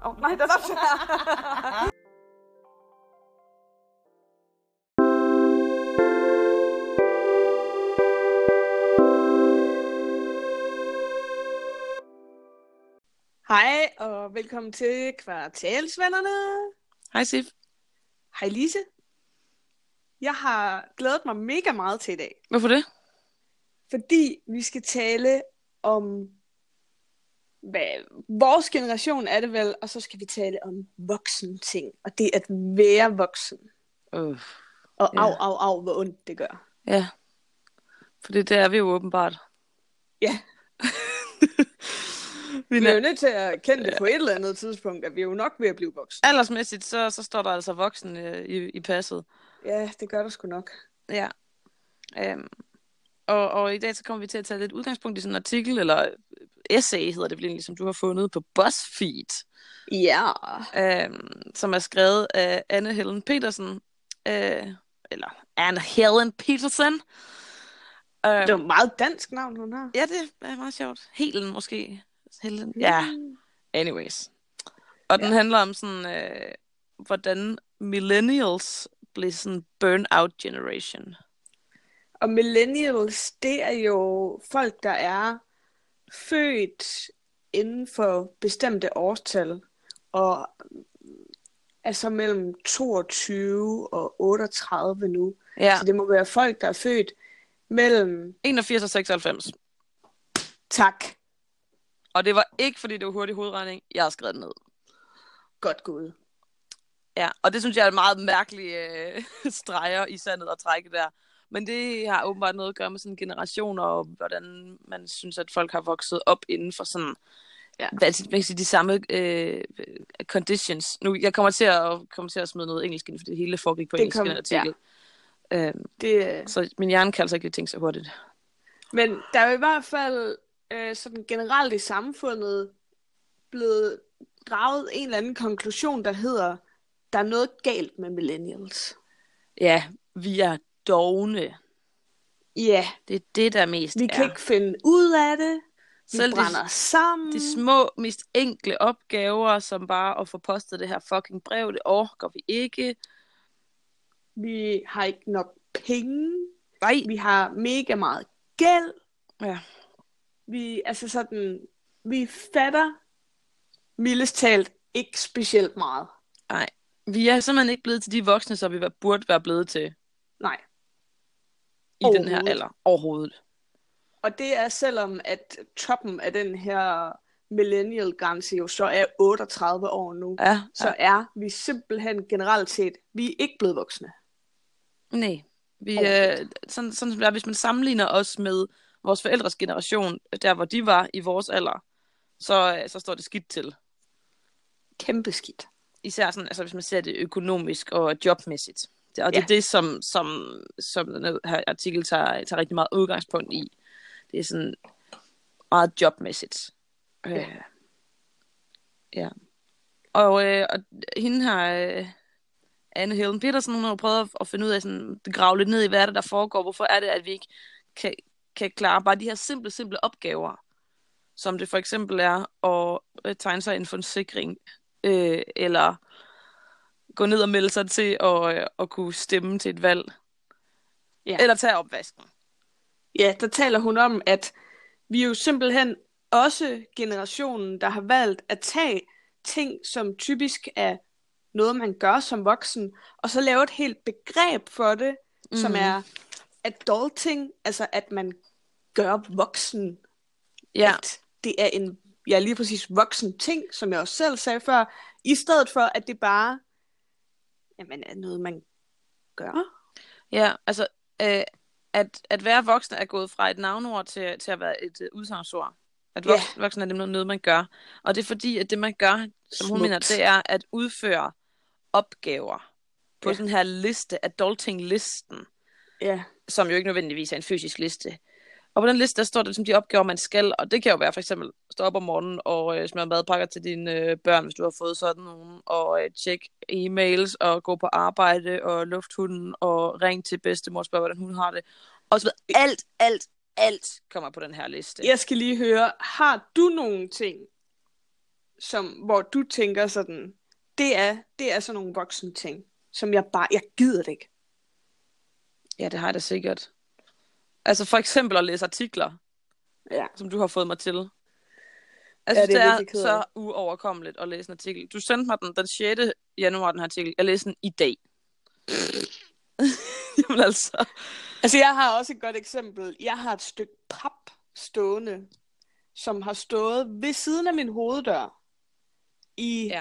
Nej, der er Hej, og velkommen til Kvartalsvennerne. Hej Sif. Hej Lise. Jeg har glædet mig mega meget til i dag. Hvorfor det? Fordi vi skal tale om, hvad vores generation er det vel, og så skal vi tale om voksen ting, og det at være voksen. Og au, hvor ondt det gør. Ja, for det er vi jo åbenbart. Ja. Vi er jo nødt til at kende det på et eller andet tidspunkt, at vi er jo nok ved at blive voksen. Aldersmæssigt, så står der altså voksen i passet. Ja, det gør der sgu nok. Ja. Og i dag så kommer vi til at tage lidt udgangspunkt i sådan en artikel, eller essay hedder det vel egentlig, som du har fundet på BuzzFeed. Ja. Som er skrevet af Anne Helen Petersen. Eller Anne Helen Petersen. Det er jo et meget dansk navn, hun har. Ja, det er meget sjovt. Helen måske. Helen. Ja, anyways. Og den handler om sådan, hvordan millennials bliver sådan burnout generation. Og millennials, det er jo folk, der er født inden for bestemte årstal, og er så mellem 22 og 38 nu. Ja. Så det må være folk, der er født mellem 81 og 96. Tak. Og det var ikke, fordi det var hurtig hovedregning. Jeg har skrevet det ned. Godt gået. Ja, og det synes jeg er en meget mærkelig streger i sandet at trække der. Men det har åbenbart noget at gøre med sådan generationer, og hvordan man synes, at folk har vokset op inden for sådan, de samme conditions. Nu, jeg kommer til at smide noget engelsk ind, for det hele foregik på engelsk i den artikel. Ja. Så min hjerne kan altså ikke tænke så hurtigt. Men der er jo i hvert fald sådan generelt i samfundet blevet draget en eller anden konklusion, der hedder, der er noget galt med millennials. Ja, vi er dovne. Ja. Det er det, der mest Vi kan ikke finde ud af det. Vi selv brænder sammen. De små, mest enkle opgaver, som bare at få postet det her fucking brev, det orker vi ikke. Vi har ikke nok penge. Nej. Vi har mega meget gæld. Ja. Vi fatter mildest talt ikke specielt meget. Nej. Vi er simpelthen ikke blevet til de voksne, som vi burde være blevet til. Nej. I den her alder. Overhovedet. Og det er selvom, at toppen af den her millennial-grænse jo så er 38 år nu. Ja. Så er vi simpelthen generelt set, vi er ikke blevet voksne. Nej. Vi sådan, hvis man sammenligner os med vores forældres generation, der hvor de var i vores alder, så står det skidt til. Kæmpe skidt. Især sådan, altså hvis man ser det økonomisk og jobmæssigt. Og det er det, som den her artikel tager rigtig meget udgangspunkt i. Det er sådan meget jobmæssigt. Ja. Og hende her, Anne Helen Petersen, hun har prøvet at finde ud af, sådan, grave lidt ned i, hvad er det, der foregår. Hvorfor er det, at vi ikke kan klare bare de her simple opgaver, som det for eksempel er at tegne sig en forsikring, eller gå ned og melde sig til at kunne stemme til et valg. Ja. Eller tage opvasken. Ja, der taler hun om, at vi er jo simpelthen også generationen, der har valgt at tage ting, som typisk er noget, man gør som voksen, og så lave et helt begreb for det, som er adulting, altså at man gør voksen. Ja. At det er en, lige præcis voksen ting, som jeg også selv sagde før, i stedet for, at det bare er noget, man gør. Ja, altså, at være voksen er gået fra et navnord til at være et udsagnsord. At voksen er det noget, man gør. Og det er fordi, at det man gør, som hun mener, det er at udføre opgaver på sådan her liste, adulting-listen, som jo ikke nødvendigvis er en fysisk liste. Og på den liste, der står det som de opgaver, man skal, og det kan jo være for eksempel stå op om morgenen og smøre madpakker til dine børn, hvis du har fået sådan nogen, og tjekke e-mails, og gå på arbejde, og lufte hunden, og ringe til bedstemor og spørge, hvordan hun har det. Og så alt kommer på den her liste. Jeg skal lige høre, har du nogle ting, hvor du tænker sådan, det er sådan nogle voksne ting, som jeg gider det ikke. Ja, det har jeg da sikkert. Altså for eksempel at læse artikler, Ja. som du har fået mig til. Jeg Ja, synes, det er det virkelig er ked af. så uoverkommeligt at læse en artikel. Du sendte mig den 6. januar, den her artikel. Jeg læste den i dag. Jamen altså. Altså, jeg har også et godt eksempel. Jeg har et stykke pap stående, som har stået ved siden af min hoveddør i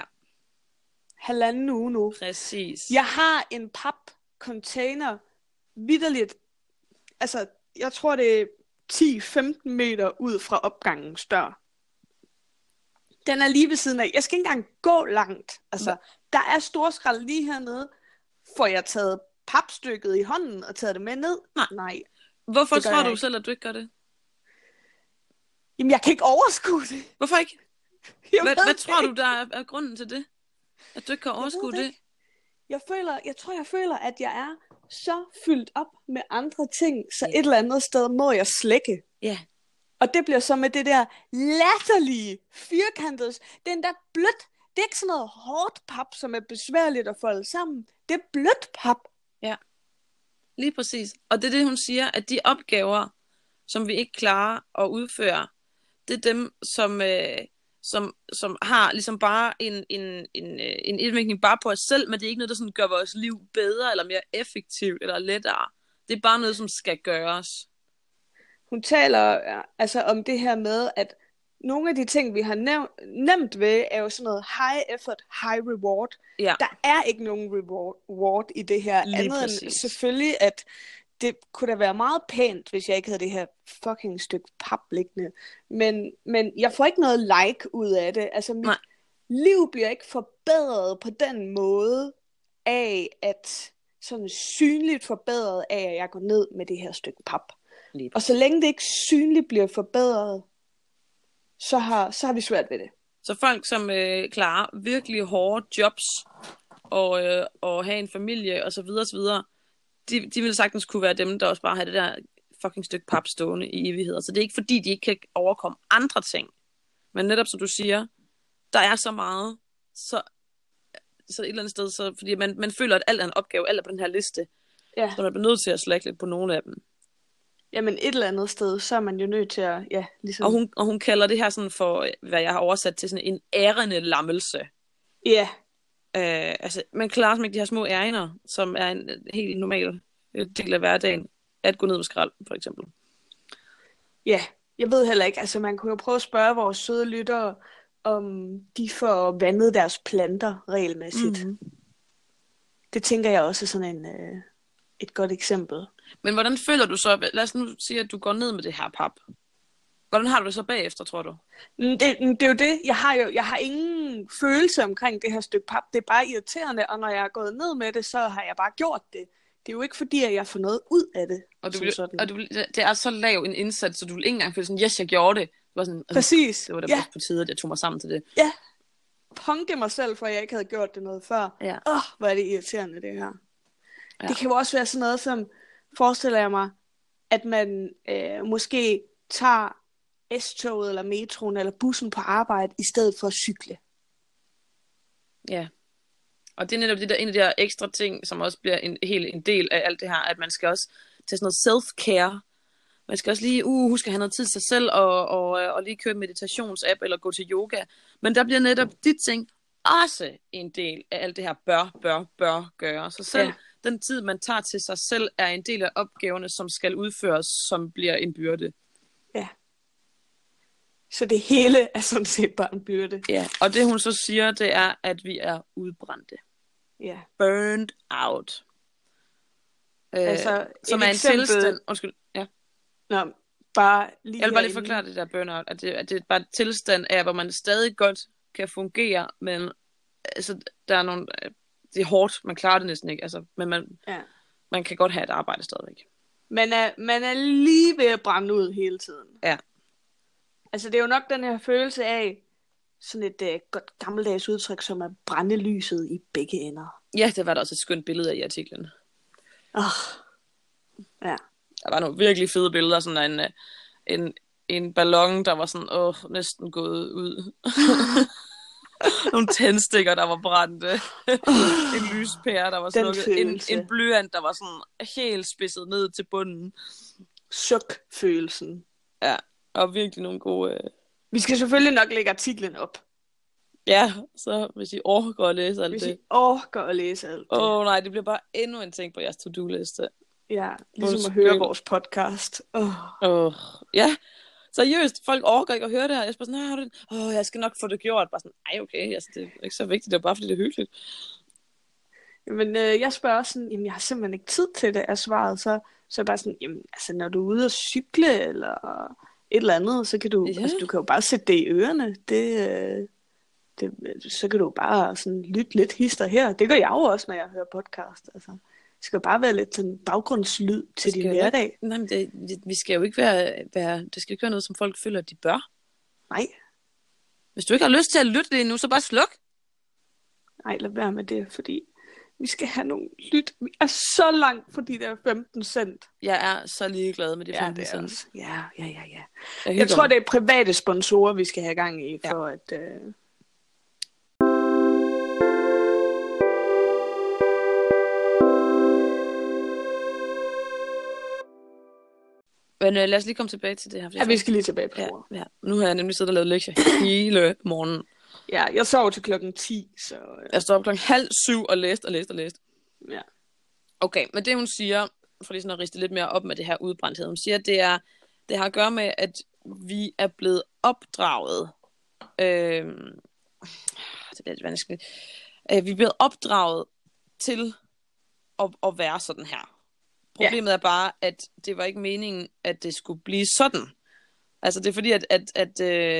1,5 uge nu. Præcis. Jeg har en papcontainer vitterligt, altså, jeg tror det er 10-15 meter ud fra opgangens dør. Den er lige ved siden af. Jeg skal ikke engang gå langt. Altså, der er storskrald lige hernede. Får jeg taget papstykket i hånden og taget det med ned? Nej. Hvorfor tror du selv, at du ikke gør det? Jamen, jeg kan ikke overskue det. Hvorfor ikke? Hvad tror du, der er grunden til det? At du ikke kan overskue det? Jeg føler, at jeg er så fyldt op med andre ting, så et eller andet sted må jeg slække. Ja. Og det bliver så med det der latterlige, firkantede, det er endda blødt. Det er ikke sådan noget hårdt pap, som er besværligt at folde sammen. Det er blødt pap. Ja, lige præcis. Og det er det, hun siger, at de opgaver, som vi ikke klarer at udføre, det er dem, som har ligesom bare en indvirkning bare på os selv, men det er ikke noget, der sådan gør vores liv bedre, eller mere effektivt, eller lettere. Det er bare noget, som skal gøres. Hun taler altså om det her med, at nogle af de ting, vi har nemt ved, er jo sådan noget high effort, high reward. Ja. Der er ikke nogen reward i det her. Lige andet præcis. End selvfølgelig, at det kunne da være meget pænt, hvis jeg ikke havde det her fucking stykke pap liggende. Men jeg får ikke noget like ud af det. Altså mit liv bliver ikke forbedret på den måde af, at sådan synligt forbedret af, at jeg går ned med det her stykke pap. Og så længe det ikke synligt bliver forbedret, så har vi svært ved det. Så folk, som klarer virkelig hårde jobs, og have en familie, og så videre, så videre, de vil sagtens kunne være dem, der også bare har det der fucking stykke pap stående i evigheder. Så det er ikke fordi, de ikke kan overkomme andre ting. Men netop som du siger, der er så meget, så et eller andet sted, så, fordi man føler, at alt er en opgave, alt er på den her liste. Ja. Så man bliver nødt til at slække lidt på nogle af dem. Jamen et eller andet sted, så er man jo nødt til at, ligesom... Og hun kalder det her sådan for, hvad jeg har oversat til sådan en ærende lammelse. Ja. Altså, man klarer som ikke de her små æringer, som er en helt normal del af hverdagen, at gå ned med skrald, for eksempel. Ja, jeg ved heller ikke, altså man kunne jo prøve at spørge vores søde lyttere, om de får vandet deres planter regelmæssigt. Mm-hmm. Det tænker jeg også er sådan et godt eksempel. Men hvordan føler du så, lad os nu sige, at du går ned med det her pap. Hvordan har du det så bagefter, tror du? Det er jo det. Jeg har ingen følelse omkring det her stykke pap. Det er bare irriterende, og når jeg er gået ned med det, så har jeg bare gjort det. Det er jo ikke fordi, at jeg får noget ud af det. Og det er så lav en indsats, så du vil ikke engang føle sådan, yes, jeg gjorde det. Det var sådan, præcis. Det var da på tide, at jeg tog mig sammen til det. Ja. Punke mig selv, for jeg ikke havde gjort det noget før. Ja. Hvor er det irriterende, det her. Ja. Det kan jo også være sådan noget, som forestiller jeg mig, at man måske tager S-toget eller metroen eller bussen på arbejde, i stedet for at cykle. Ja. Og det er netop en af de der ekstra ting, som også bliver en del af alt det her, at man skal også tage sådan noget self-care. Man skal også lige huske at have noget tid til sig selv, og lige køre meditationsapp eller gå til yoga. Men der bliver netop de ting også en del af alt det her bør gøre. Så selv den tid, man tager til sig selv, er en del af opgaverne, som skal udføres, som bliver en byrde. Ja. Så det hele er sådan set bare en byrde. Ja, og det hun så siger, det er, at vi er udbrændte. Ja. Burned out. Altså, som er en tilstand. Undskyld, ja. Nå, bare lige jeg vil bare lige forklare det der burnout, at det er bare en tilstand af, hvor man stadig godt kan fungere, men altså, der er nogle, det er hårdt, man klarer det næsten ikke, altså, men man kan godt have et arbejde stadigvæk. Man er lige ved at brænde ud hele tiden. Ja. Altså det er jo nok den her følelse af sådan et godt gammeldags udtryk, som er brænde lyset i begge ender. Ja, det var der også et skønt billede af i artiklen. Ja. Der var nogle virkelig fede billeder, sådan en ballon, der var sådan, næsten gået ud. Nogle tændstikker, der var brændte. En lyspære, der var slukket. En blyant, der var sådan helt spidset ned til bunden. Suk-følelsen. Ja, og virkelig nogle gode... Vi skal selvfølgelig nok lægge artiklen op. Ja, så hvis I orker at læse alt det. Hvis I orker at læse alt det. Nej, det bliver bare endnu en ting på jeres to-do-liste. Ja, ligesom at høre vores podcast. Ja, seriøst, folk orker ikke at høre det her. Jeg er bare sådan, jeg skal nok få det gjort. Bare sådan, okay, altså, det er ikke så vigtigt, det er bare fordi det er hyggeligt. Men jeg spørger sådan, jamen jeg har simpelthen ikke tid til det, er svaret. Så er bare sådan, jamen altså når du er ude at cykle, eller et eller andet, så kan du, altså du kan jo bare sætte det i ørerne. Så kan du bare sådan lytte lidt hister her. Det gør jeg jo også, når jeg hører podcast. Altså, det skal jo bare være lidt sådan baggrundslyd til din hverdag. Nej, men vi skal jo ikke være, det skal ikke være noget, som folk føler, at de bør. Nej. Hvis du ikke har lyst til at lytte det nu, så bare sluk. Nej, lad være med det, fordi vi skal have nogle lyt. Vi er så langt for de der 15 cent. Jeg er så ligeglad med de 15 cent. Ja. Jeg tror, det er private sponsorer, vi skal have gang i, for at... Men lad os lige komme tilbage til det her. Ja, vi skal lige tilbage på ordet. Ja. Nu har jeg nemlig siddet og lavet lektier hele morgenen. Ja, jeg sov til 10:00, så... Jeg stod op 6:30 og læste. Ja. Okay, men det hun siger, for lige sådan at riste lidt mere op med det her udbrændthed, hun siger, det har at gøre med, at vi er blevet opdraget. Det bliver lidt vanskeligt. Vi er blevet opdraget til at være sådan her. Problemet er bare, at det var ikke meningen, at det skulle blive sådan. Altså det er fordi, at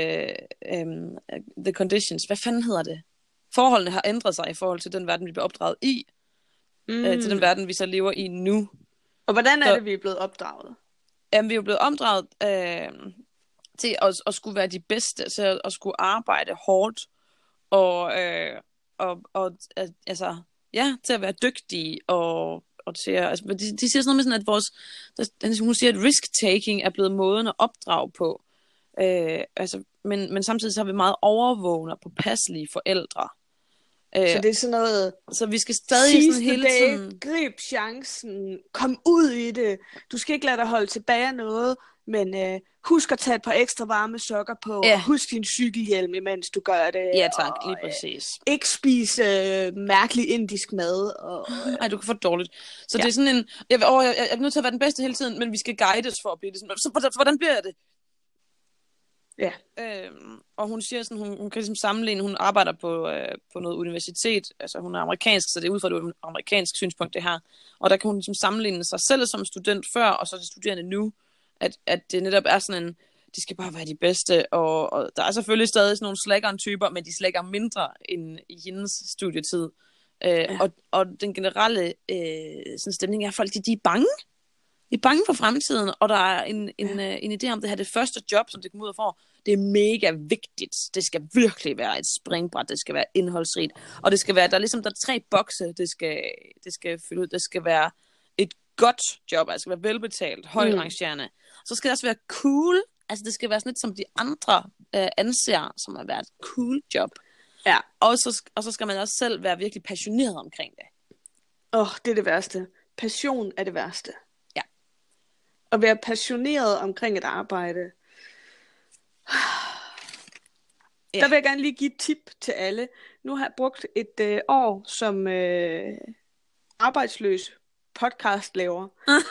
the conditions, hvad fanden hedder det? Forholdene har ændret sig i forhold til den verden, vi blev opdraget i. Til den verden, vi så lever i nu. Og hvordan er det, vi er blevet opdraget? Jamen, vi er blevet opdraget til at skulle være de bedste, til at skulle arbejde hårdt, og altså, ja, til at være dygtige, og til at, altså, de siger sådan noget med sådan, at hun siger, at risk-taking er blevet måden at opdrage på. Altså, men samtidig så har vi meget overvågende på påpasselige forældre. Så det er sådan noget... Så vi skal stadig sådan hele tiden... grib chancen, kom ud i det. Du skal ikke lade dig holde tilbage af noget, men husk at tage et par ekstra varme sokker på, og husk din cykelhjelm, imens du gør det. Ja tak, lige præcis. Ikke spise mærkelig indisk mad. Nej, du kan få det dårligt. Så det er sådan en... Jeg er nødt til at være den bedste hele tiden, men vi skal guides for at blive det. Så hvordan bliver jeg det? Ja. Og hun siger sådan, hun kan ligesom sammenligne, hun arbejder på noget universitet, altså hun er amerikansk, så det er ud fra et amerikansk synspunkt det her, og der kan hun ligesom sammenligne sig selv som student før, og så de studerende nu, at det netop er sådan en, de skal bare være de bedste, og der er selvfølgelig stadig sådan nogle slackeren-typer, men de slækker mindre end i hendes studietid, og den generelle sådan stemning er, at folk de er bange. De er bange for fremtiden, og der er en idé om det her, det første job, som det kommer ud og får, det er mega vigtigt. Det skal virkelig være et springbræt, det skal være indholdsrigt, og det skal være, der er 3 bokse, det skal fylde ud. Det skal være et godt job, altså det skal være velbetalt, højrangerende. Så skal det også være cool, altså det skal være sådan lidt, som de andre anser, som at være et cool job. Ja. Og så skal man også selv være virkelig passioneret omkring det. Det er det værste. Passion er det værste. At være passioneret omkring et arbejde. Der vil jeg gerne lige give et tip til alle. Nu har jeg brugt et år som arbejdsløs podcastlaver.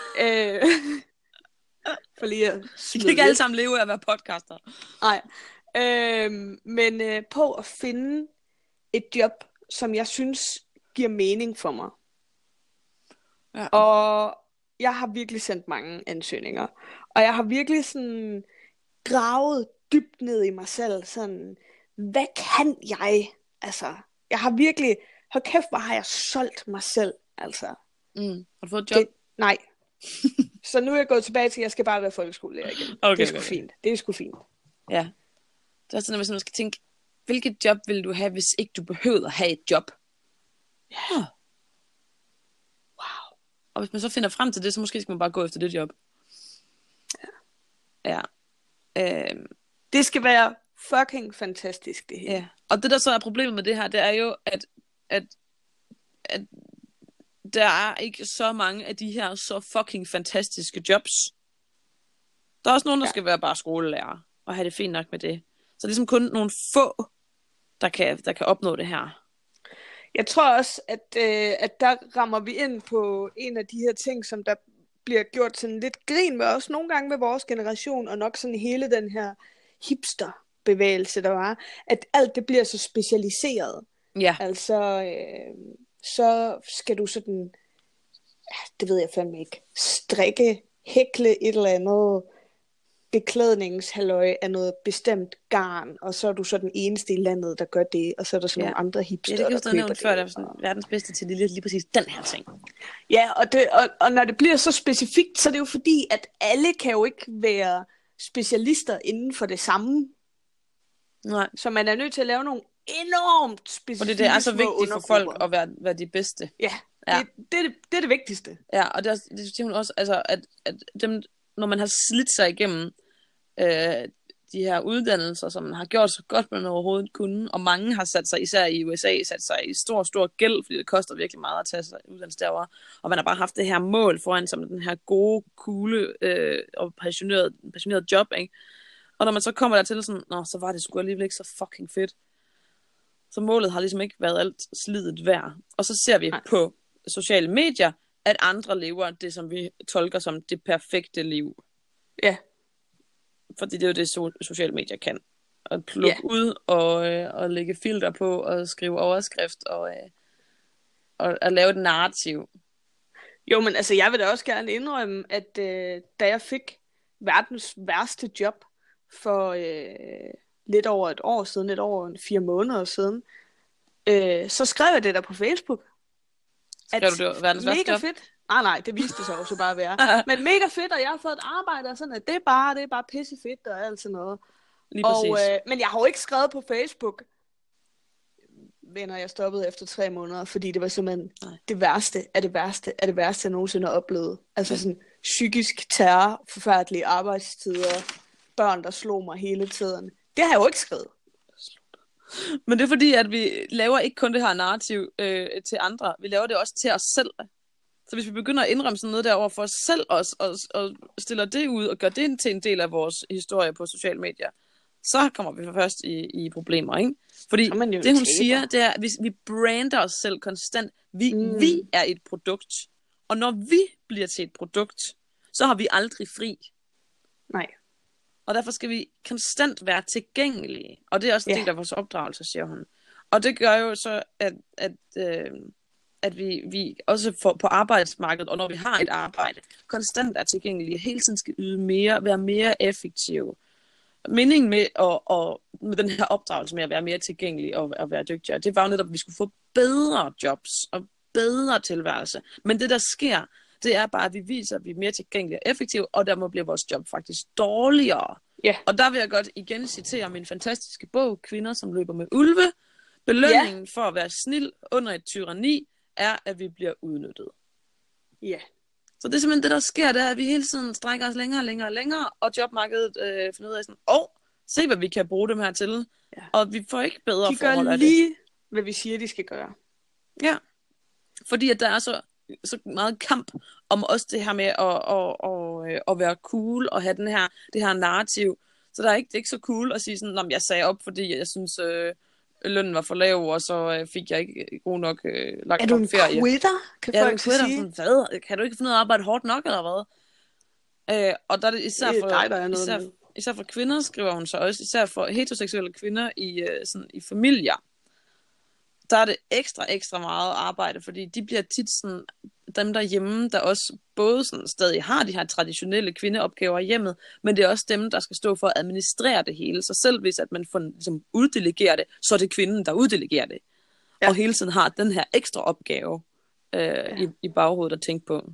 For lige at vi kan ikke alle sammen leve af at være podcaster. Nej. Men på at finde et job, som jeg synes giver mening for mig. Ja. Og jeg har virkelig sendt mange ansøgninger. Og jeg har virkelig sådan gravet dybt ned i mig selv. Sådan, hvad kan jeg? Altså, jeg har virkelig... Hold kæft, hvor har jeg solgt mig selv, altså. Har du fået et job? Nej. Så nu er jeg gået tilbage til, at jeg skal bare være folkeskolelærer igen. Okay, det er sgu fint. Det er sgu fint. Ja. Det er sådan, hvis man skal tænke, hvilket job vil du have, hvis ikke du behøvede at have et job? Ja. Og hvis man så finder frem til det, så måske skal man bare gå efter det job. Ja. Det skal være fucking fantastisk, det her. Ja. Og det, der så er problemet med det her, det er jo, at der er ikke så mange af de her så fucking fantastiske jobs. Der er også nogen, der skal være bare skolelærer, og have det fint nok med det. Så det er ligesom kun nogle få, der kan opnå det her. Jeg tror også, at der rammer vi ind på en af de her ting, som der bliver gjort sådan lidt grin med os nogle gange med vores generation, og nok sådan hele den her hipsterbevægelse, der var, at alt det bliver så specialiseret. Ja. Altså, så skal du sådan, det ved jeg fandme ikke, strikke, hækle et eller andet beklædningshalløj af noget bestemt garn, og så er du så den eneste i landet, der gør det, og så er der sådan nogle andre hipster, der køber det. Ja, det kan jeg før, der var sådan verdens bedste til lige præcis den her ting. Ja, og når det bliver så specifikt, så er det jo fordi, at alle kan jo ikke være specialister inden for det samme. Nej. Så man er nødt til at lave nogle enormt specifikke. Og det er så vigtigt for folk at være de bedste. Ja, det er det vigtigste. Ja, og det siger hun også, altså, at dem, når man har slidt sig igennem de her uddannelser, som man har gjort så godt, man overhovedet kunne, og mange har sat sig, især i USA, sat sig i stor gæld, fordi det koster virkelig meget at tage sig uddannelse derovre, og man har bare haft det her mål foran som den her gode, coole og passionerede job, ikke? Og når man så kommer der til sådan, så var det sgu alligevel ikke så fucking fedt. Så målet har ligesom ikke været alt slidet værd. Og så ser vi på sociale medier, at andre lever det, som vi tolker som det perfekte liv. Ja. Fordi det er jo det, sociale medier kan. At plukke ud og lægge filter på og skrive overskrift og at lave et narrativ. Jo, men altså, jeg vil da også gerne indrømme, at da jeg fik verdens værste job for lidt over et år siden, lidt over 4 måneder siden, så skrev jeg det der på Facebook. Skrev du det verdens værste job? Fedt. Nej, det viste det sig også bare at være. Men mega fedt, og jeg har fået et arbejde, og sådan, at det er bare pisse fedt, og alt sådan noget. Lige præcis. Men jeg har jo ikke skrevet på Facebook, venner, jeg stoppede efter 3 måneder, fordi det var simpelthen det værste, jeg nogensinde har oplevet. Altså sådan psykisk terror, forfærdelige arbejdstider, børn, der slog mig hele tiden. Det har jeg jo ikke skrevet. Men det er fordi, at vi laver ikke kun det her narrativ til andre, vi laver det også til os selv. Så hvis vi begynder at indrømme sådan noget derover for os selv også, og stiller det ud og gør det til en del af vores historie på sociale medier, så kommer vi først i problemer, ikke? Fordi det hun siger, det er, at vi brander os selv konstant. Vi er et produkt. Og når vi bliver til et produkt, så har vi aldrig fri. Nej. Og derfor skal vi konstant være tilgængelige. Og det er også en del af vores opdragelse, siger hun. Og det gør jo så, at vi også på arbejdsmarkedet, og når vi har et arbejde, konstant er tilgængelige, hele tiden skal yde mere, være mere effektive. Meningen med den her opdragelse med at være mere tilgængelig og være dygtigere, det var jo netop, at vi skulle få bedre jobs og bedre tilværelse. Men det, der sker, det er bare, at vi viser, at vi er mere tilgængelige og effektive, og dermed bliver vores job faktisk dårligere. Yeah. Og der vil jeg godt igen citere min fantastiske bog, Kvinder, som løber med ulve. Belønningen for at være snil under et tyranni, er, at vi bliver udnyttet. Ja. Yeah. Så det er simpelthen det, der sker, det er, at vi hele tiden strækker os længere, og jobmarkedet finder ud af sådan, se hvad vi kan bruge dem her til. Ja. Og vi får ikke bedre forhold af det. De gør lige, hvad vi siger, de skal gøre. Ja. Fordi at der er så meget kamp om også det her med at være cool og have det her narrativ. Så det er ikke så cool at sige sådan, jeg sagde op, fordi jeg synes lønnen var for lav, og så fik jeg ikke god nok lagt ferie. Er du en quitter? Kan folk sige? Sådan, hvad? Kan du ikke finde ud af at arbejde hårdt nok, eller hvad? Og der er det især for kvinder, skriver hun så også, især for heteroseksuelle kvinder i familier, der er det ekstra meget arbejde, fordi de bliver tit sådan, dem derhjemme, der også både sådan stadig har de her traditionelle kvindeopgaver i hjemmet, men det er også dem, der skal stå for at administrere det hele. Så selv hvis at man får ligesom uddelegerer det, så er det kvinden, der uddelegerer det. Ja. Og hele tiden har den her ekstra opgave i baghovedet at tænke på.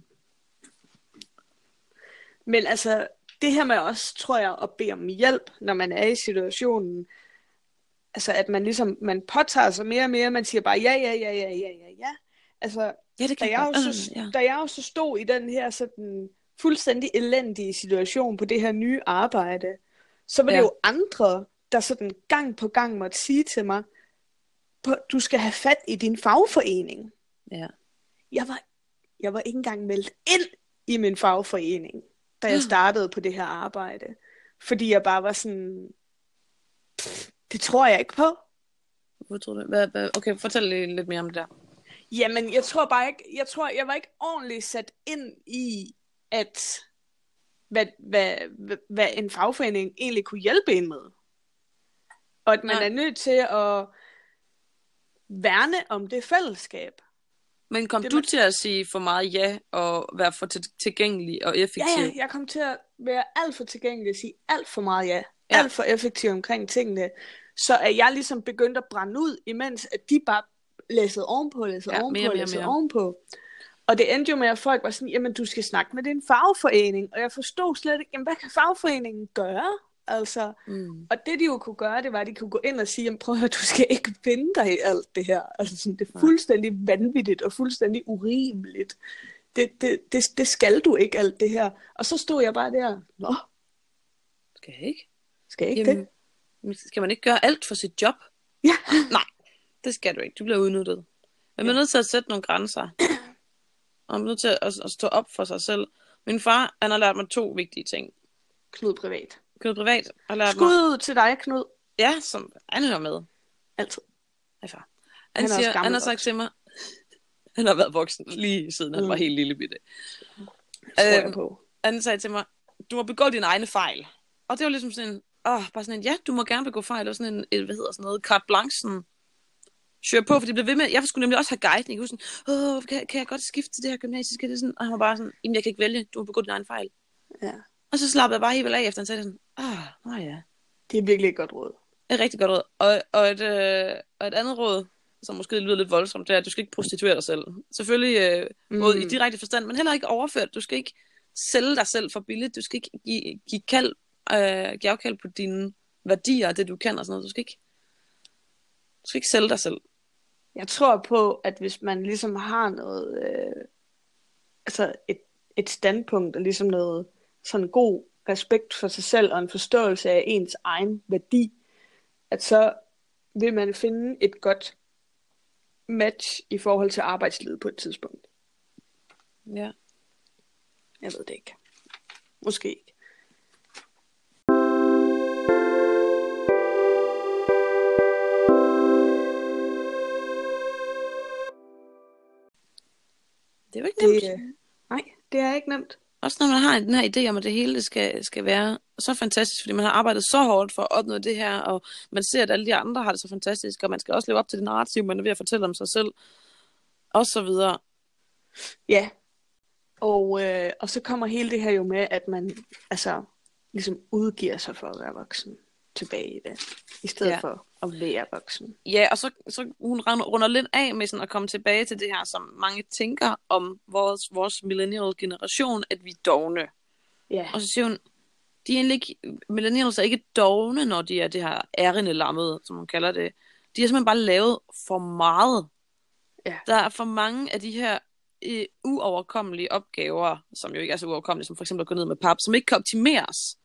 Men altså, det her med også, tror jeg, at bede om hjælp, når man er i situationen, altså at man ligesom, man påtager sig mere og mere, man siger bare ja. Altså, da jeg jo så stod i den her sådan fuldstændig elendige situation på det her nye arbejde, så var det jo andre, der sådan gang på gang måtte sige til mig, du skal have fat i din fagforening. Ja. Jeg var ikke engang meldt ind i min fagforening, da jeg startede på det her arbejde. Fordi jeg bare var sådan, det tror jeg ikke på. Hvad tror du? Okay, fortæl lidt mere om det der. Jamen, jeg tror bare ikke, jeg var ikke ordentligt sat ind i, at hvad en fagforening egentlig kunne hjælpe en med. Og at man er nødt til at værne om det fællesskab. Men kom du til at sige for meget ja, og være for tilgængelig og effektiv? Ja, jeg kom til at være alt for tilgængelig, at sige alt for meget ja. Alt for effektiv omkring tingene. Så at jeg ligesom begyndte at brænde ud, imens at de bare læssede ovenpå. Og det endte jo med, at folk var sådan, jamen du skal snakke med din fagforening. Og jeg forstod slet ikke, jamen hvad kan fagforeningen gøre? Altså, og det de jo kunne gøre, det var, at de kunne gå ind og sige, jamen prøv at høre, du skal ikke finde dig i alt det her. Altså sådan, det er fuldstændig vanvittigt og fuldstændig urimeligt. Det skal du ikke, alt det her. Og så stod jeg bare der, nå. Skal jeg ikke? Skal jeg ikke det? Skal man ikke gøre alt for sit job? Ja. Nej, det skal du ikke. Du bliver udnyttet. Men man er nødt til at sætte nogle grænser. Og man er nødt til at stå op for sig selv. Min far, han har lært mig 2 vigtige ting. Knud privat. Skud ud til dig, Knud. Ja, som han hører med. Altid. Ja, far. Han har sagt til mig, han har været voksen lige siden han var helt lille bitte. Han sagde til mig, du må begå dine egne fejl. Og det var ligesom sådan en, bare sådan en, ja, du må gerne begå fejl. Og sådan en, hvad hedder sådan noget, carte blanche, sådan, køre på, for det blev ved med, jeg skulle nemlig også have guiden, ikke? Sådan, kan jeg godt skifte til det her gymnasiske? Det sådan, og han var bare sådan, jamen jeg kan ikke vælge, du må begå din egen fejl. Ja. Og så slappede jeg bare helt vel af, efter han sagde sådan, ja. Det er virkelig et godt råd. Et rigtig godt råd. Og et andet råd, som måske lyder lidt voldsomt, det er, at du skal ikke prostituere dig selv. Selvfølgelig både i direkte forstand, men heller ikke overført. Du skal ikke sælge dig selv for billigt. Du skal ikke give afkald på dine værdier, det du kan og sådan noget. Du skal ikke sælge dig selv. Jeg tror på, at hvis man ligesom har noget, altså et standpunkt, og ligesom noget sådan god respekt for sig selv, og en forståelse af ens egen værdi, at så vil man finde et godt match i forhold til arbejdslivet på et tidspunkt. Ja. Jeg ved det ikke. Måske ikke. Det er jo ikke nemt. Nej, det er ikke nemt. Også når man har den her idé om, at det hele skal være så fantastisk, fordi man har arbejdet så hårdt for at opnå det her, og man ser, at alle de andre har det så fantastisk, og man skal også leve op til det narrativ, man er ved at fortælle om sig selv, og så videre. Ja, og så kommer hele det her jo med, at man altså ligesom udgiver sig for at være voksen tilbage i det, i stedet for at være voksen. Ja, og så hun runder lidt af med sådan at komme tilbage til det her, som mange tænker om vores millennial generation, at vi er dovne. Ja. Og så siger hun, de er egentlig ikke, millennials er ikke dovne, når de er det her ærende lammede, som hun kalder det. De har simpelthen bare lavet for meget. Ja. Der er for mange af de her uoverkommelige opgaver, som jo ikke er så uoverkommelige, som for eksempel at gå ned med pap, som ikke kan optimeres.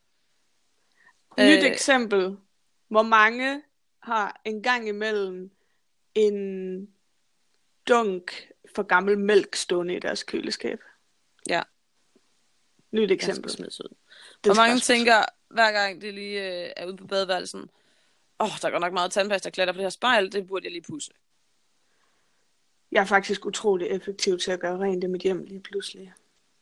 Nyt eksempel. Hvor mange har en gang imellem en dunk for gammel mælk stående i deres køleskab? Ja. Nyt eksempel. Og mange tænker, hver gang det lige er ude på badeværelsen, der går nok meget tandpasta og klatter på det her spejl, det burde jeg lige pudse. Jeg er faktisk utrolig effektiv til at gøre rent i mit hjem lige pludselig.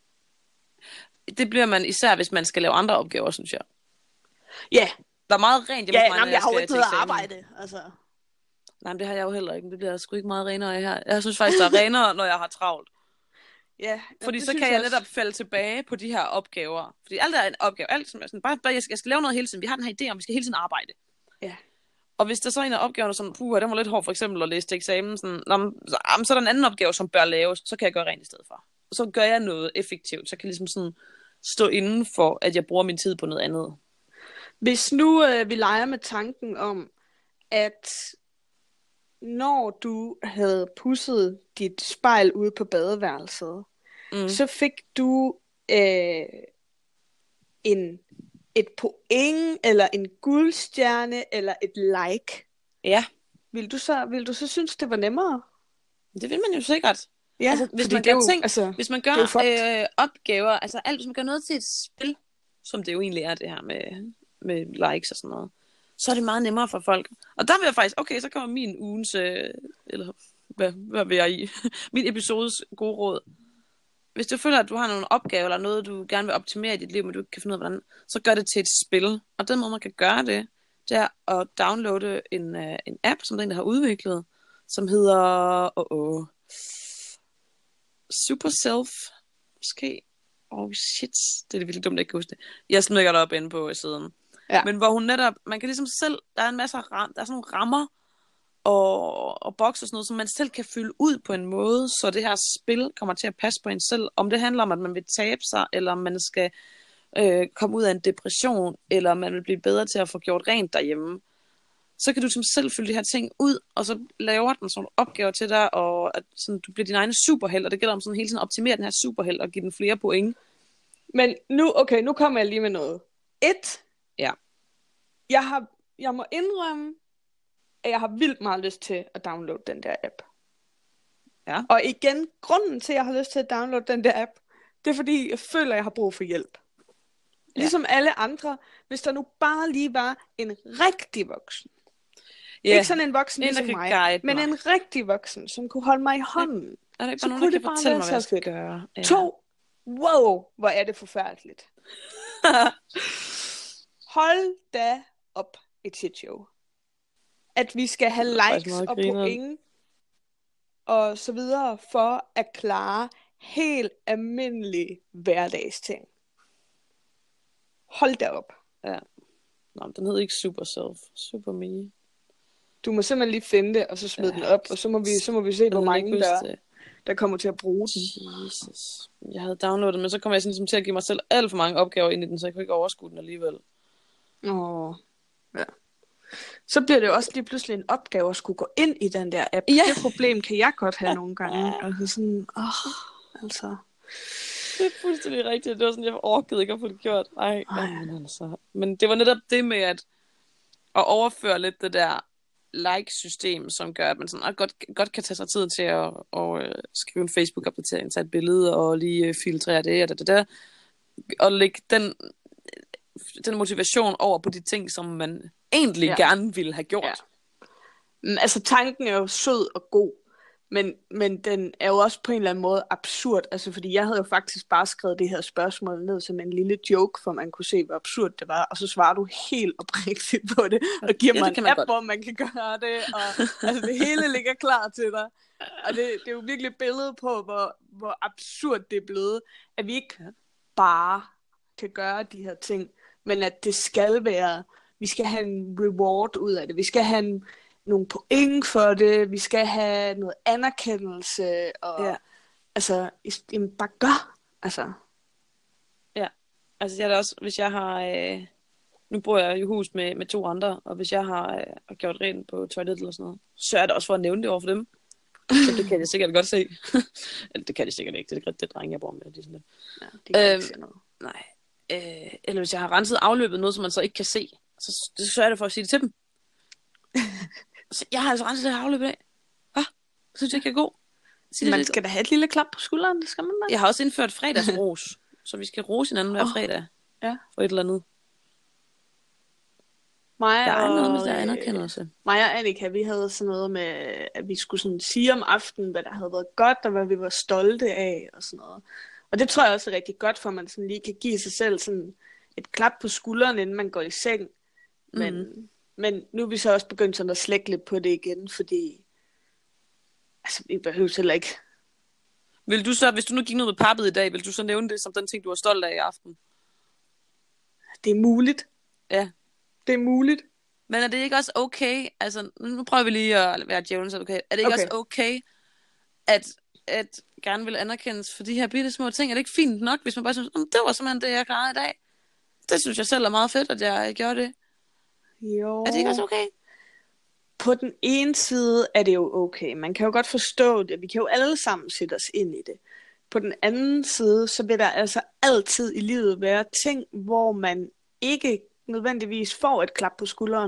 Det bliver man især, hvis man skal lave andre opgaver, synes jeg. Ja. Der er meget rent hjemme hos mig, jeg har jo ikke noget arbejde. Altså. Nej, men det har jeg jo heller ikke. Det bliver sgu ikke meget renere her. Jeg synes faktisk, der er renere, når jeg har travlt. Ja. Fordi så kan jeg netop falde tilbage på de her opgaver. Fordi alt er en opgave. Alt som er sådan, bare jeg skal lave noget hele tiden. Vi har den her idé om, vi skal hele tiden arbejde. Ja. Og hvis der så er en af opgaverne, som den var lidt hård, for eksempel at læse til eksamen, sådan, så er der en anden opgave, som bør laves, så kan jeg gøre rent i stedet for. Og så gør jeg noget effektivt, så kan jeg ligesom sådan stå inden for, at jeg bruger min tid på noget andet. Hvis nu vi leger med tanken om, at når du havde pudset dit spejl ude på badeværelset, så fik du et point, eller en guldstjerne, eller et like. Ja. Vil du så synes, det var nemmere? Det vil man jo sikkert. Ja, Altså, hvis fordi man det er gør jo, ting, altså, hvis man det er jo gør opgaver, altså alt, hvis man gør noget til et spil, som det jo egentlig er, det her med likes og sådan noget, så er det meget nemmere for folk. Og der vil jeg faktisk, okay, så kommer min ugens, eller hvad vil jeg i, min episodes gode råd. Hvis du føler, at du har nogle opgaver, eller noget, du gerne vil optimere i dit liv, men du ikke kan finde ud af, hvordan, så gør det til et spil. Og den måde, man kan gøre det, det er at downloade en app, som den, der har udviklet, som hedder Super Self, måske. Shit, det er virkelig dumt, at jeg ikke kan huske det. Jeg smækker det op inde på siden. Ja. Men hvor hun netop, man kan ligesom selv, der er en masse der er sådan nogle rammer, og bokse og sådan noget, som man selv kan fylde ud på en måde, så det her spil kommer til at passe på en selv. Om det handler om, at man vil tabe sig, eller om man skal komme ud af en depression, eller man vil blive bedre til at få gjort rent derhjemme. Så kan du som selv fylde de her ting ud, og så laver den sådan opgaver til dig, og at sådan, du bliver din egen superhelt, og det gælder om sådan hele tiden at optimere den her superhelt, og give den flere point. Men nu kommer jeg lige med noget. Ja. Jeg må indrømme, at jeg har vildt meget lyst til at downloade den der app. Ja. Og igen, grunden til, at jeg har lyst til at downloade den der app, det er fordi, jeg føler, at jeg har brug for hjælp. Ja. Ligesom alle andre, hvis der nu bare lige var en rigtig voksen. Yeah. Ikke sådan en voksen ligesom mig, men en rigtig voksen, som kunne holde mig i hånden. Er der ikke så bare nogen, kunne der det kan bare fortælle være mig, hvad jeg så skal fedt. gøre? Ja. 2. Wow, hvor er det forfærdeligt. Hold da op et shit show. At vi skal have likes og point og så videre for at klare helt almindelige hverdagsting. Hold da op. Ja. Nå, den hedder ikke Super Self. Super Me. Du må simpelthen lige finde det, og så smide den op, og så må vi se, hvor mange der kommer til at bruge den. Jesus. Jeg havde downloadet, men så kom jeg sådan, ligesom til at give mig selv alt for mange opgaver ind i den, så jeg kunne ikke overskue den alligevel. Ja. Så bliver det jo også lige pludselig en opgave at skulle gå ind i den der app. Ja. Det problem kan jeg godt have nogle gange. Altså sådan, altså. Det er fuldstændig rigtigt. Det var sådan, jeg orkede ikke at få det gjort. Men det var netop det med at overføre lidt det der like-system, som gør, at man sådan, godt kan tage sig tid til at skrive en Facebook-opdatering, tage et billede og lige filtrere det og det. Og lægge den motivation over på de ting, som man egentlig gerne ville have gjort. Ja. Altså tanken er jo sød og god, men den er jo også på en eller anden måde absurd, altså fordi jeg havde jo faktisk bare skrevet det her spørgsmål ned som en lille joke, for man kunne se, hvor absurd det var, og så svarer du helt oprigtigt på det, og giver mig en app, hvor man kan gøre det, og altså det hele ligger klar til dig, og det er jo virkelig et billede på, hvor absurd det er blevet, at vi ikke bare kan gøre de her ting, men at det skal være, vi skal have en reward ud af det, vi skal have nogle point for det, vi skal have noget anerkendelse, og altså, jamen, bare gør, altså. Ja, altså jeg er også, hvis jeg har, nu bor jeg i hus med 2 andre, og hvis jeg har gjort rent på toilettet eller sådan noget, så er det også for at nævne det over for dem. Så det kan jeg sikkert godt se. Det kan de sikkert ikke, det er det drenge, jeg bor med. De sådan lidt. Ja, det kan ikke se noget. Nej. Eller hvis jeg har renset afløbet, noget som man så ikke kan se, så er det for at sige det til dem. Så jeg har altså renset det her afløb i dag. Synes du ikke, jeg er god? Man skal da have et lille klap på skulderen, det skal man da. Jeg har også indført fredagsros, så vi skal rose hinanden hver fredag. Ja. For et eller andet. Der er noget med der anerkendelse. Mig og Annika, vi havde sådan noget med, at vi skulle sådan sige om aftenen, hvad der havde været godt, og hvad vi var stolte af, og sådan noget. Og det tror jeg også er rigtig godt, for man sådan lige kan give sig selv sådan et klap på skulderen, inden man går i seng. Men nu er vi så også begyndt sådan at slække lidt på det igen, fordi altså, vi behøver heller ikke. Vil du så, hvis du nu gik ned med pappet i dag, vil du så nævne det som den ting, du er stolt af i aften? Det er muligt. Ja. Det er muligt. Men er det ikke også okay, altså nu prøver vi lige at være djævelens advokat, er det ikke også okay, at gerne vil anerkendes for de her bitte små ting? Er det ikke fint nok, hvis man bare synes, det var simpelthen det, jeg klarede i dag? Det synes jeg selv er meget fedt, at jeg gjorde det. Jo. Er det ikke også okay? På den ene side er det jo okay. Man kan jo godt forstå det. Vi kan jo alle sammen sætte os ind i det. På den anden side, så vil der altså altid i livet være ting, hvor man ikke nødvendigvis får et klap på skulderen.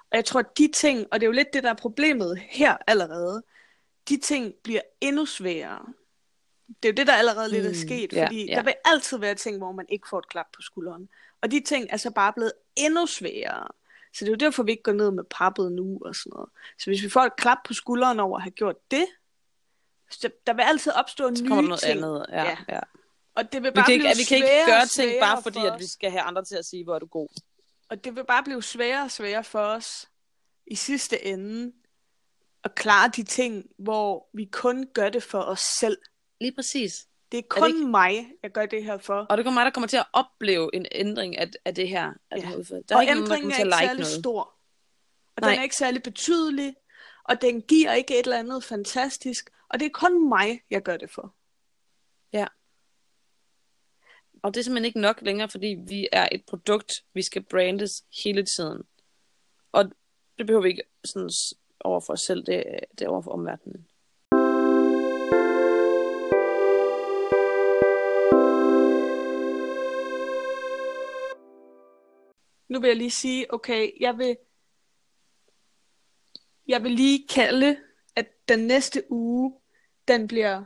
Og jeg tror, at de ting, og det er jo lidt det, der er problemet her allerede, de ting bliver endnu sværere. Det er jo det, der allerede lidt er sket, fordi der vil altid være ting, hvor man ikke får et klap på skulderen. Og de ting er så bare blevet endnu sværere. Så det er jo derfor, vi ikke går ned med pappet nu og sådan noget. Så hvis vi får et klap på skulderen over at have gjort det, så der vil altid opstå nye noget ting. Andet. Ja. Og det vil bare blive vi kan ikke gøre ting sværere bare fordi, at vi skal have andre til at sige, hvor er du god. Og det vil bare blive sværere og sværere for os i sidste ende at klare de ting, hvor vi kun gør det for os selv. Lige præcis. Det er kun ikke mig, jeg gør det her for. Og det er kun mig, der kommer til at opleve en ændring af det her. Der og ændringen er ikke særlig stor. Og den er ikke særlig betydelig. Og den giver ikke et eller andet fantastisk. Og det er kun mig, jeg gør det for. Ja. Og det er simpelthen ikke nok længere, fordi vi er et produkt, vi skal brandes hele tiden. Og det behøver vi ikke sådan over for os selv, det er over for omverdenen. Nu vil jeg lige sige, okay, jeg vil lige kalde, at den næste uge, den bliver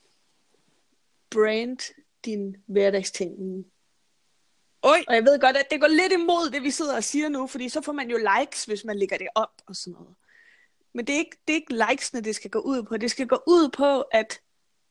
brand din hverdagsting. Oj. Og jeg ved godt, at det går lidt imod det, vi sidder og siger nu, fordi så får man jo likes, hvis man lægger det op og sådan noget. Men det er ikke likesene, det skal gå ud på. Det skal gå ud på, at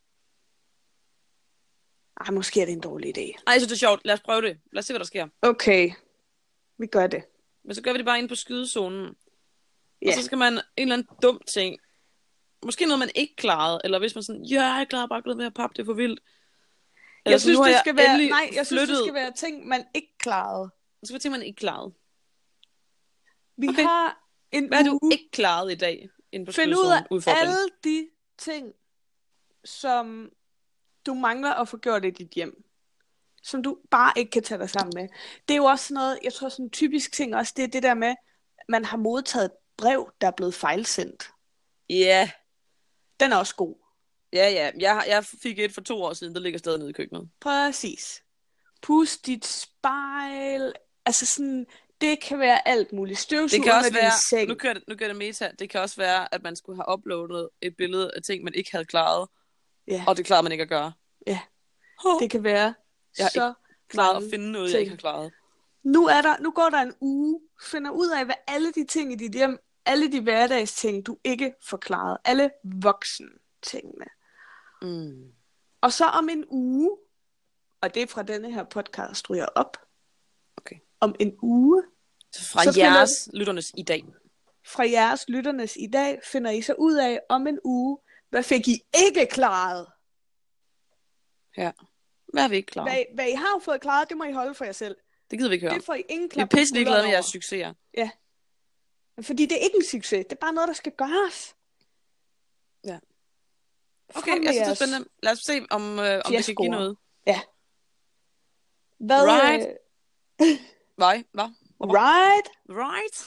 måske er det en dårlig idé. Ej, jeg synes, det er sjovt. Lad os prøve det. Lad os se, hvad der sker. Okay, vi gør det. Men så gør vi det bare ind på skydezonen. Og så skal man en eller anden dum ting. Måske noget, man ikke klarede. Eller hvis man sådan, jeg klarede bare glæde med at pappe, det er for vildt. Eller jeg synes, det skal være, synes, det skal være ting, man ikke klarede. Det skal være ting, man ikke klarede. Vi har en Hvad har du ikke klaret i dag? Find ud af alle de ting, som du mangler at få gjort i dit hjem. Som du bare ikke kan tage dig sammen med. Det er jo også noget, jeg tror sådan en typisk ting også, det er det der med, man har modtaget et brev, der er blevet fejlsendt. Ja. Den er også god. Ja. Jeg fik et for 2 år siden, der ligger stadig nede i køkkenet. Præcis. Pust dit spejl. Altså sådan, det kan være alt muligt. Støvsug under din seng. Nu gør det meta. Det kan også være, at man skulle have uploadet et billede af ting, man ikke havde klaret. Ja. Og det klarede man ikke at gøre. Ja. Det kan være så klaret at finde noget, jeg ikke har klaret. Nu går der en uge, finder ud af, hvad alle de ting i dit hjem, alle de hverdagsting, du ikke får klaret. Alle voksen tingene. Og så om en uge, og det er fra denne her podcast, ryger op. Okay. Om en uge. Fra jeres lytternes i dag. Fra jeres lytternes i dag finder I så ud af om en uge, hvad fik I ikke klaret? Ja. Hvad har vi ikke klaret? Hvad I har fået klaret, det må I holde for jer selv. Det gider vi ikke høre. Det får I ingen klap. Vi er pisselig glade med jeres succeser. Ja. Fordi det er ikke en succes. Det er bare noget, der skal gøres. Ja. Okay, jeg synes, det er spændende. Lad os se, om det kan give noget. Ja. Hvad? Right. Hvad? Right.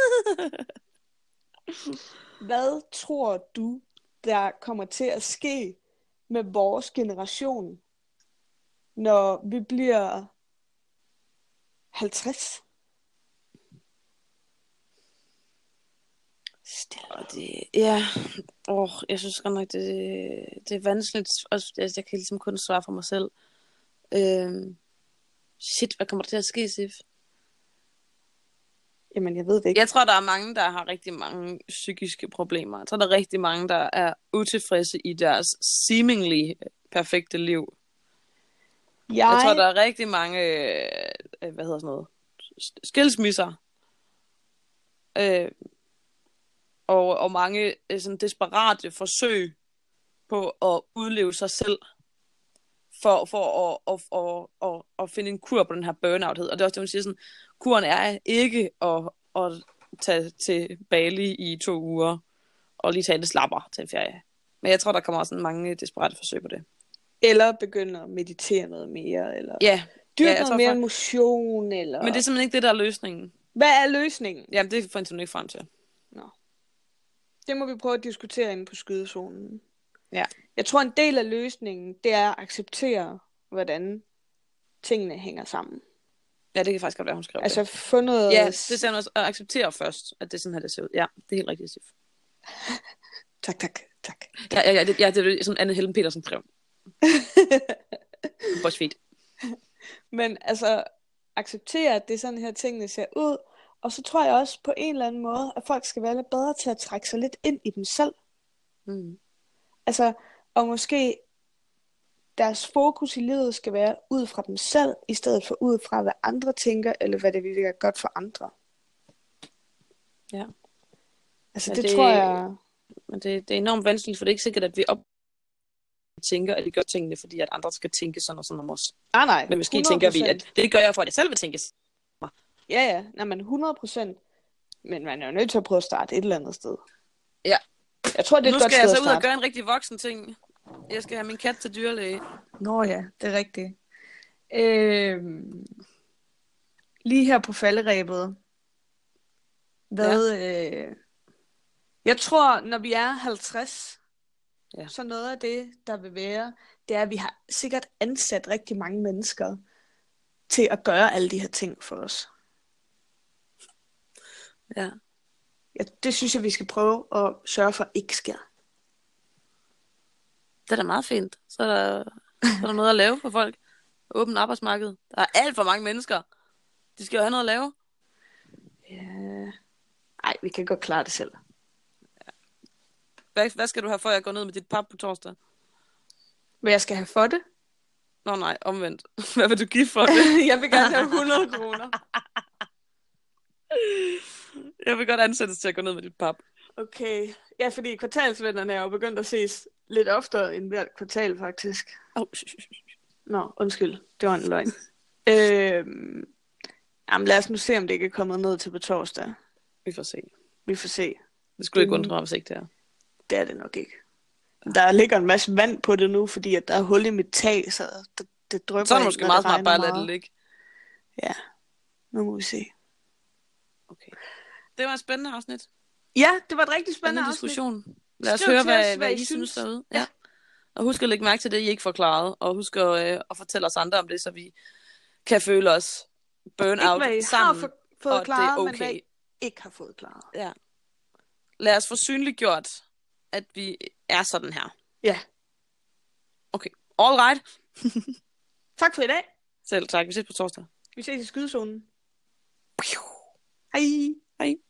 Hvad tror du, der kommer til at ske med vores generation, når vi bliver 50? Jeg synes godt nok, det er vanskeligt. Jeg kan ligesom kun svare for mig selv. Hvad kommer der til at ske, Sif? Jamen, jeg ved det ikke. Jeg tror, der er mange, der har rigtig mange psykiske problemer. Jeg tror, der er rigtig mange, der er utilfredse i deres seemingly perfekte liv. Jeg tror, der er rigtig mange, skilsmisser. Og mange sådan desperate forsøg på at udleve sig selv. For at finde en kur på den her burnout-hed. Og det er også det, man siger sådan, kuren er ikke at tage til Bali i 2 uger, og lige tage det slapper til en ferie. Men jeg tror, der kommer sådan mange desperate forsøg på det. Eller begynde at meditere noget mere, eller dyrke noget mere motion, eller... Men det er simpelthen ikke det, der er løsningen. Hvad er løsningen? Jamen, det får jeg ikke frem til. Nå. Det må vi prøve at diskutere inde på skydezonen. Ja. Jeg tror, en del af løsningen, det er at acceptere, hvordan tingene hænger sammen. Ja, det kan faktisk godt være, hun skrev Altså det. få noget... Ja, det ser hun også, og acceptere først, at det er sådan her, det ser ud. Ja, det er helt rigtigt, Sif. Tak. Ja, det er sådan Anne Helen Petersen skrev. BuzzFeed. Men altså, acceptere, at det er sådan her, tingene ser ud. Og så tror jeg også på en eller anden måde, at folk skal være lidt bedre til at trække sig lidt ind i dem selv. Mm. Altså, og måske deres fokus i livet skal være ud fra dem selv, i stedet for ud fra, hvad andre tænker, eller hvad det vil være godt for andre. Ja. Altså, Men det tror jeg... Men det er enormt vanskeligt, for det er ikke sikkert, at vi tænker, at vi gør tingene, fordi at andre skal tænke sådan og sådan om os. Nej, Men måske 100%. tænker vi, at det gør jeg for, at jeg selv vil tænke. Ja, nej, men 100%. Men man er jo nødt til at prøve at starte et eller andet sted. Ja. Jeg tror, det er et godt sted at starte. Nu skal jeg så ud og gøre en rigtig voksen ting. Jeg skal have min kat til dyrlæge. Nå ja, det er rigtigt. Lige her på falderebet. Jeg tror, når vi er 50, så noget af det, der vil være, det er, at vi har sikkert ansat rigtig mange mennesker til at gøre alle de her ting for os. Ja. Det synes jeg, vi skal prøve at sørge for, ikke sker. Det er da meget fint. Så er der noget at lave for folk. Åbent arbejdsmarked. Der er alt for mange mennesker. De skal jo have noget at lave. Ja. Ej, vi kan godt klare det selv. Hvad skal du have, for at gå ned med dit pap på torsdag? Hvad jeg skal have for det? Nå nej, omvendt. Hvad vil du give for det? Jeg vil gerne have 100 kroner. Jeg vil godt ansættes til at gå ned med dit pap. Okay. Ja, fordi kvartalsvennerne er jo begyndt at ses lidt oftere end hvert kvartal, faktisk. Nå, undskyld. Det var en løgn. Jamen, lad os nu se, om det ikke er kommet ned til på torsdag. Vi får se. Det skulle ikke undre, hvis ikke det er. Det er det nok ikke. Der ligger en masse vand på det nu, fordi at der er hul i mit tag, så det drypper. Så er det måske meget smart bare at lade det ligge. Ja, nu må vi se. Okay. Det var et spændende afsnit. Ja, det var et rigtig spændende diskussion. Lad os høre, hvad I synes derude. Ja. Og husk at lægge mærke til det, I ikke forklaret. Og husk at fortælle os andre om det, så vi kan føle os burn-out sammen. Har fået klaret, okay. Men hvad I ikke har fået klaret. Ja. Lad os få synliggjort, at vi er sådan her. Ja. Okay. All right. Tak for i dag. Selv tak. Vi ses på torsdag. Vi ses i skydezonen. Hej.